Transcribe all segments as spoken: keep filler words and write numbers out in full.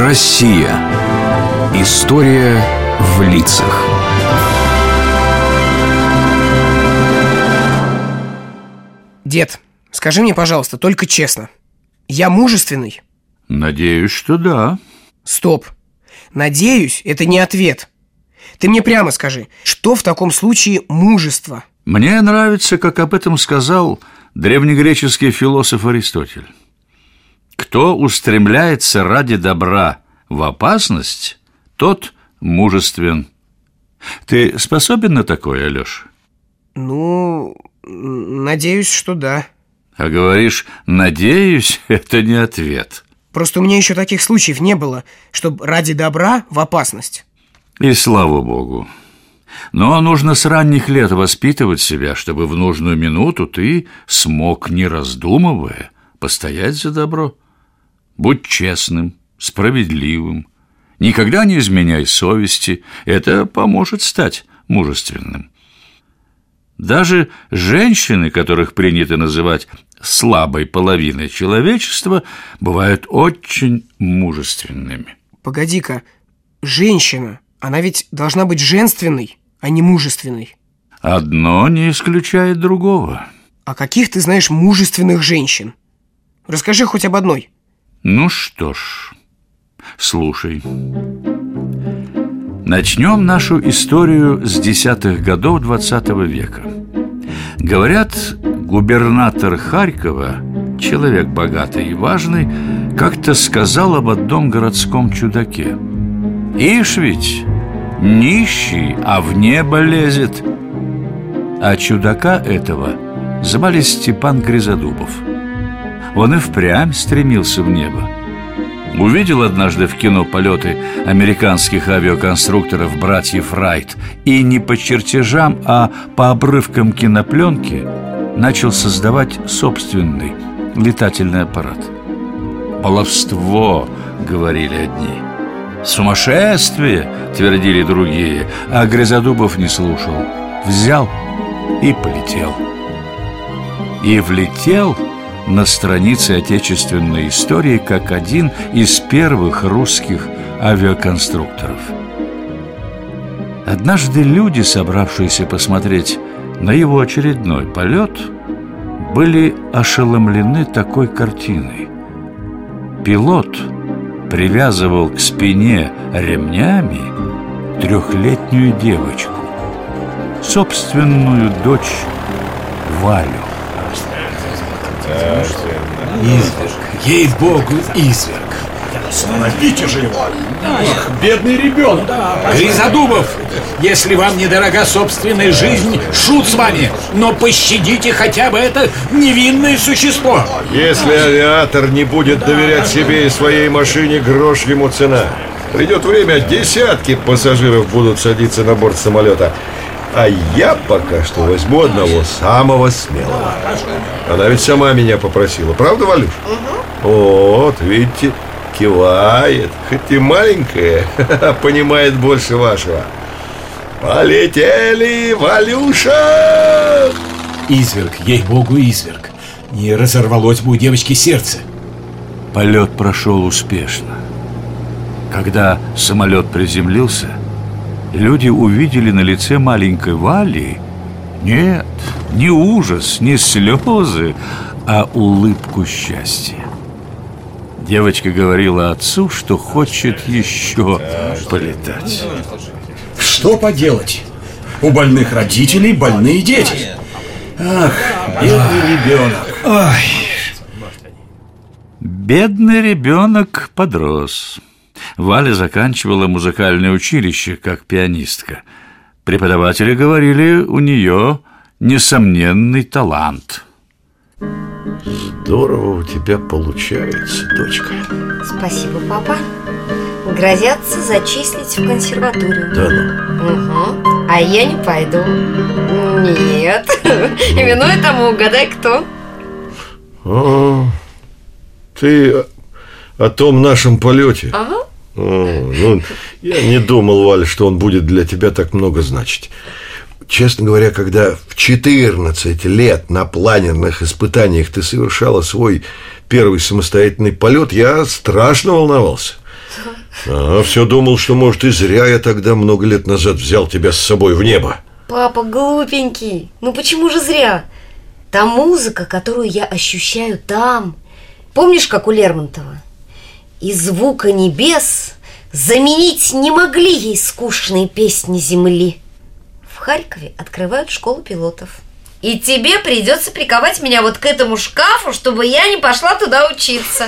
Россия. История в лицах. Дед, скажи мне, пожалуйста, только честно, я мужественный? Надеюсь, что да. Стоп. Надеюсь, это не ответ. Ты мне прямо скажи, что в таком случае мужество? Мне нравится, как об этом сказал древнегреческий философ Аристотель. Кто устремляется ради добра в опасность, тот мужествен. Ты способен на такое, Алёша? Ну, надеюсь, что да. А говоришь «надеюсь» — это не ответ. Просто у меня еще таких случаев не было, чтобы ради добра в опасность. И слава богу. Но нужно с ранних лет воспитывать себя, чтобы в нужную минуту ты смог, не раздумывая, постоять за добро. Будь честным, справедливым. Никогда не изменяй совести. Это поможет стать мужественным. Даже женщины, которых принято называть слабой половиной человечества, бывают очень мужественными. Погоди-ка, женщина, она ведь должна быть женственной, а не мужественной. Одно не исключает другого. А каких ты знаешь мужественных женщин? Расскажи хоть об одной. Ну что ж, слушай. Начнем нашу историю с десятых годов двадцатого века. Говорят, губернатор Харькова, человек богатый и важный, как-то сказал об одном городском чудаке: «Ишь ведь, нищий, а в небо лезет». А чудака этого звали Степан Гризодубов. Он и впрямь стремился в небо. Увидел однажды в кино полеты американских авиаконструкторов братьев Райт и не по чертежам, а по обрывкам кинопленки начал создавать собственный летательный аппарат. «Баловство», — говорили одни. «Сумасшествие», — твердили другие, а Гризодубов не слушал. Взял и полетел. И влетел на странице отечественной истории как один из первых русских авиаконструкторов. Однажды люди, собравшиеся посмотреть на его очередной полет, были ошеломлены такой картиной. Пилот привязывал к спине ремнями трехлетнюю девочку, собственную дочь Валю. Изверг, ей-богу, изверг. Остановите же его! Ах, бедный ребенок! Гризодубов, если вам недорога собственная жизнь, шут с вами, но пощадите хотя бы это невинное существо. Если авиатор не будет доверять себе и своей машине, грош ему цена. Придет время, десятки пассажиров будут садиться на борт самолета. А я пока что возьму одного самого смелого. Она ведь сама меня попросила, правда, Валюш? Угу. Вот, видите, кивает. Хоть и маленькая, понимает больше вашего. Полетели, Валюша! Изверг, ей-богу, изверг. Не разорвалось бы у девочки сердце. Полет прошел успешно. Когда самолет приземлился, люди увидели на лице маленькой Вали нет, не ужас, не слезы, а улыбку счастья. Девочка говорила отцу, что хочет еще полетать. Что поделать? У больных родителей больные дети. Ах, бедный ребенок. Ой. Бедный ребенок подрос. Валя заканчивала музыкальное училище как пианистка. Преподаватели говорили, у нее несомненный талант. Здорово у тебя получается, дочка. Спасибо, папа. Грозятся зачислить в консерваторию. Да ну? Угу. А я не пойду. Нет. Именуя тому, угадай, кто. А, ты о том нашем полете? Ага. О, ну, я не думал, Валя, что он будет для тебя так много значить. Честно говоря, когда в четырнадцать лет на планерных испытаниях ты совершала свой первый самостоятельный полет, я страшно волновался. А, все думал, что, может, и зря я тогда много лет назад взял тебя с собой в небо. Папа глупенький, ну почему же зря? Та музыка, которую я ощущаю там. Помнишь, как у Лермонтова? И звука небес заменить не могли ей скучные песни земли. В Харькове открывают школу пилотов. И тебе придется приковать меня вот к этому шкафу, чтобы я не пошла туда учиться.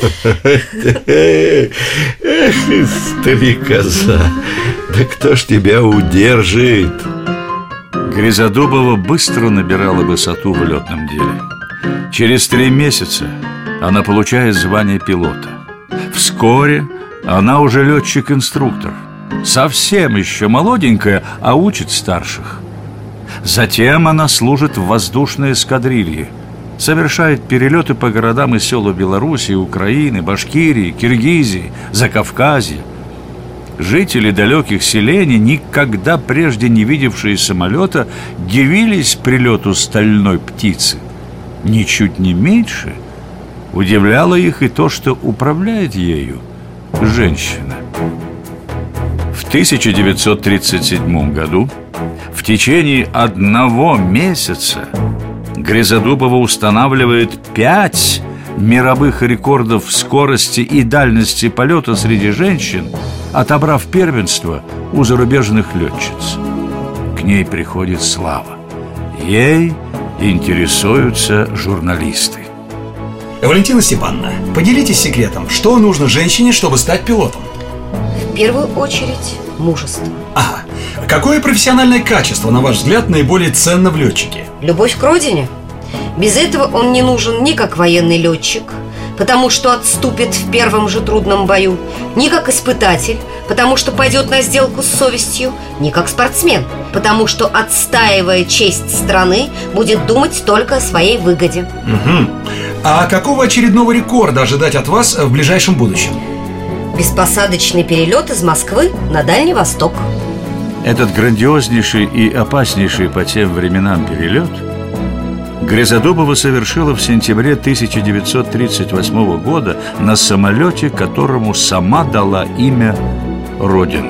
Стрекоза, да кто ж тебя удержит? Гризодубова быстро набирала высоту в летном деле. Через три месяца она получает звание пилота. Вскоре она уже летчик-инструктор. Совсем еще молоденькая, а учит старших. Затем она служит в воздушной эскадрилье, совершает перелеты по городам и селам Белоруссии, Украины, Башкирии, Киргизии, Закавказья. Жители далеких селений, никогда прежде не видевшие самолета, дивились прилету стальной птицы. Ничуть не меньше удивляло их и то, что управляет ею женщина. В тысяча девятьсот тридцать седьмом году в течение одного месяца Гризодубова устанавливает пять мировых рекордов скорости и дальности полета среди женщин, отобрав первенство у зарубежных летчиц. К ней приходит слава. Ей интересуются журналисты. Валентина Степановна, поделитесь секретом, что нужно женщине, чтобы стать пилотом? В первую очередь мужество. Ага. Какое профессиональное качество, на ваш взгляд, наиболее ценно в летчике? Любовь к родине. Без этого он не нужен ни как военный летчик, потому что отступит в первом же трудном бою, ни как испытатель, потому что пойдет на сделку с совестью, ни как спортсмен, потому что, отстаивая честь страны, будет думать только о своей выгоде. Угу. А какого очередного рекорда ожидать от вас в ближайшем будущем? Беспосадочный перелет из Москвы на Дальний Восток. Этот грандиознейший и опаснейший по тем временам перелет Гризодубова совершила в сентябре тысяча девятьсот тридцать восьмого года на самолете, которому сама дала имя «Родина».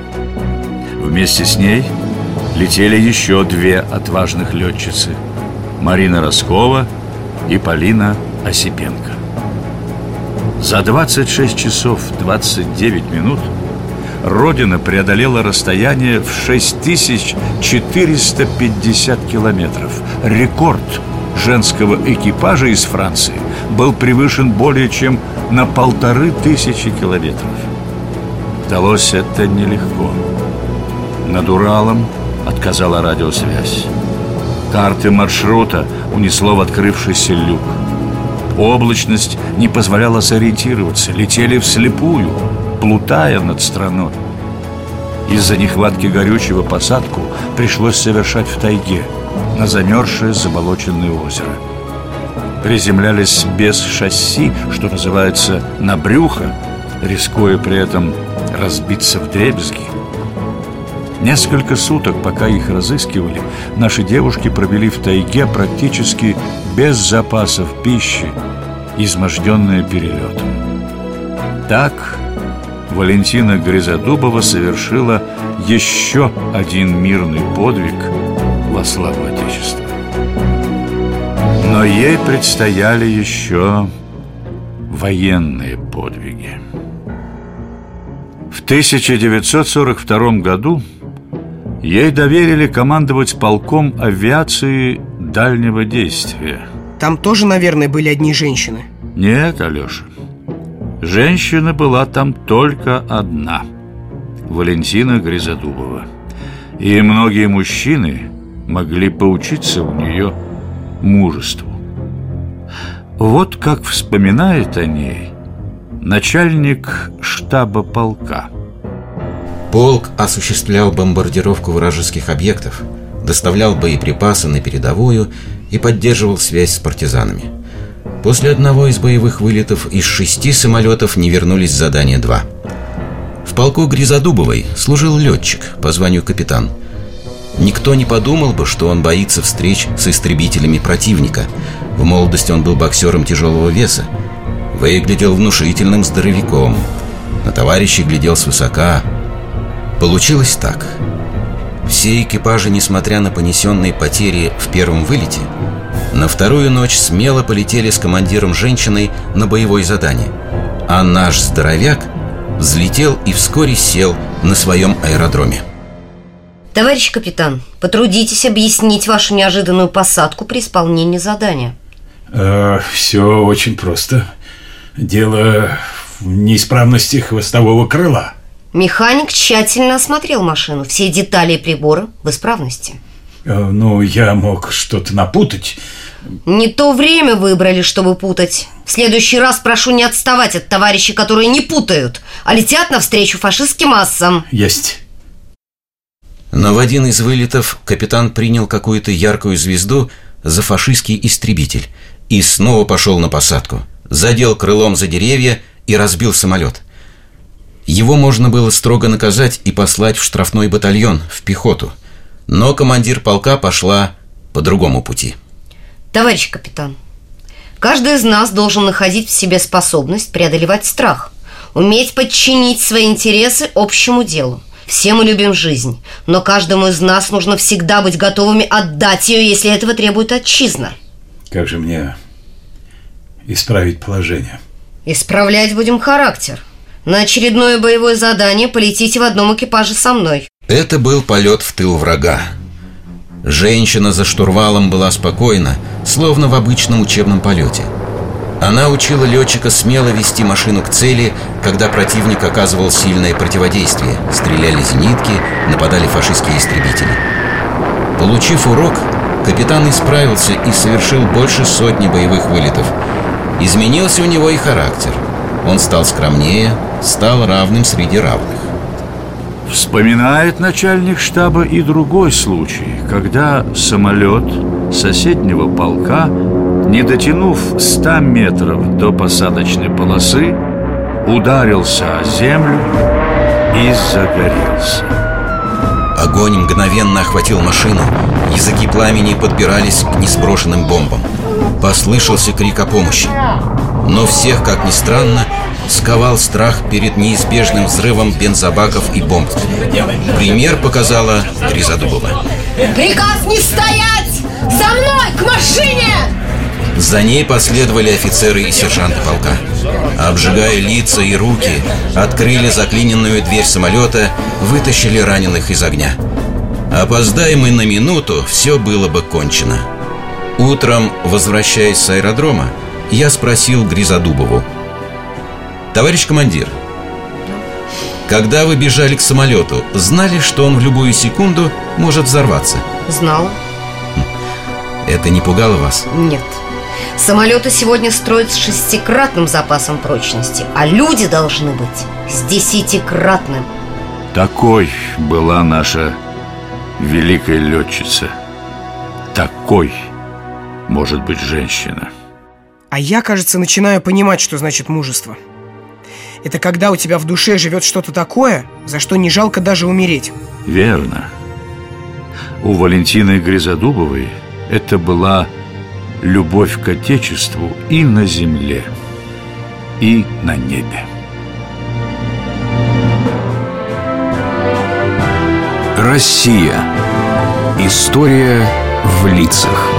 Вместе с ней летели еще две отважных летчицы – Марина Роскова и Полина Осипенко. За двадцать шесть часов двадцать девять минут «Родина» преодолела расстояние в шесть тысяч четыреста пятьдесят километров. Рекорд женского экипажа из Франции был превышен более чем на полторы тысячи километров. Далось это нелегко. Над Уралом отказала радиосвязь. Карты маршрута унесло в открывшийся люк. Облачность не позволяла сориентироваться. Летели вслепую, плутая над страной. Из-за нехватки горючего посадку пришлось совершать в тайге, на замерзшее заболоченное озеро. Приземлялись без шасси, что называется, на брюхо, рискуя при этом разбиться вдребезги. Несколько суток, пока их разыскивали, наши девушки провели в тайге практически без запасов пищи, изможденные перелетом. Так Валентина Гризодубова совершила еще один мирный подвиг во славу Отечества. Но ей предстояли еще военные подвиги. В тысяча девятьсот сорок втором году ей доверили командовать полком авиации дальнего действия. Там тоже, наверное, были одни женщины? Нет, Алеша. Женщина была там только одна – Валентина Гризодубова. И многие мужчины могли поучиться у нее мужеству. Вот как вспоминает о ней начальник штаба полка. Полк осуществлял бомбардировку вражеских объектов, доставлял боеприпасы на передовую и поддерживал связь с партизанами. После одного из боевых вылетов из шести самолетов не вернулись с задания два. В полку Гризодубовой служил летчик по званию капитан. Никто не подумал бы, что он боится встреч с истребителями противника. В молодости он был боксером тяжелого веса, выглядел внушительным здоровяком. на товарищей глядел свысока. Получилось так. Все экипажи, несмотря на понесенные потери в первом вылете, на вторую ночь смело полетели с командиром женщиной на боевое задание. А наш здоровяк взлетел и вскоре сел на своем аэродроме. Товарищ капитан, потрудитесь объяснить вашу неожиданную посадку при исполнении задания. э, Все очень просто. Дело в неисправности хвостового крыла. Механик тщательно осмотрел машину. Все детали и приборы в исправности. э, Ну, я мог что-то напутать. Не то время выбрали, чтобы путать. В следующий раз прошу не отставать от товарищей, которые не путают, а летят навстречу фашистским массам. Есть. Но в один из вылетов капитан принял какую-то яркую звезду за фашистский истребитель и снова пошел на посадку. Задел крылом за деревья и разбил самолет. Его можно было строго наказать и послать в штрафной батальон, в пехоту. Но командир полка пошла по другому пути. Товарищ капитан, каждый из нас должен находить в себе способность преодолевать страх, уметь подчинить свои интересы общему делу. Все мы любим жизнь, но каждому из нас нужно всегда быть готовыми отдать ее, если этого требует отчизна. Как же мне исправить положение? Исправлять будем характер. На очередное боевое задание полетите в одном экипаже со мной. Это был полет в тыл врага. Женщина за штурвалом была спокойна, словно в обычном учебном полете. Она учила летчика смело вести машину к цели, когда противник оказывал сильное противодействие. Стреляли зенитки, нападали фашистские истребители. Получив урок, капитан исправился и совершил больше сотни боевых вылетов. Изменился у него и характер. Он стал скромнее, стал равным среди равных. Вспоминает начальник штаба и другой случай, когда самолет соседнего полка, не дотянув ста метров до посадочной полосы, ударился о землю и загорелся. Огонь мгновенно охватил машину. Языки пламени подбирались к несброшенным бомбам. Послышался крик о помощи. Но всех, как ни странно, сковал страх перед неизбежным взрывом бензобаков и бомб. Пример показала Гризодубова. Приказ не стоять! За мной, к машине! За ней последовали офицеры и сержанты полка. Обжигая лица и руки, открыли заклиненную дверь самолета, вытащили раненых из огня. Опоздай мы на минуту, все было бы кончено. Утром, возвращаясь с аэродрома, я спросил Гризодубову: товарищ командир, когда вы бежали к самолету, знали, что он в любую секунду может взорваться? Знал. Это не пугало вас? Нет. Самолеты сегодня строят с шестикратным запасом прочности, а люди должны быть с десятикратным. Такой была наша великая летчица. Такой может быть женщина. А я, кажется, начинаю понимать, что значит мужество. Это когда у тебя в душе живет что-то такое, за что не жалко даже умереть. Верно. У Валентины Гризодубовой это была любовь к Отечеству и на земле, и на небе. Россия. История в лицах.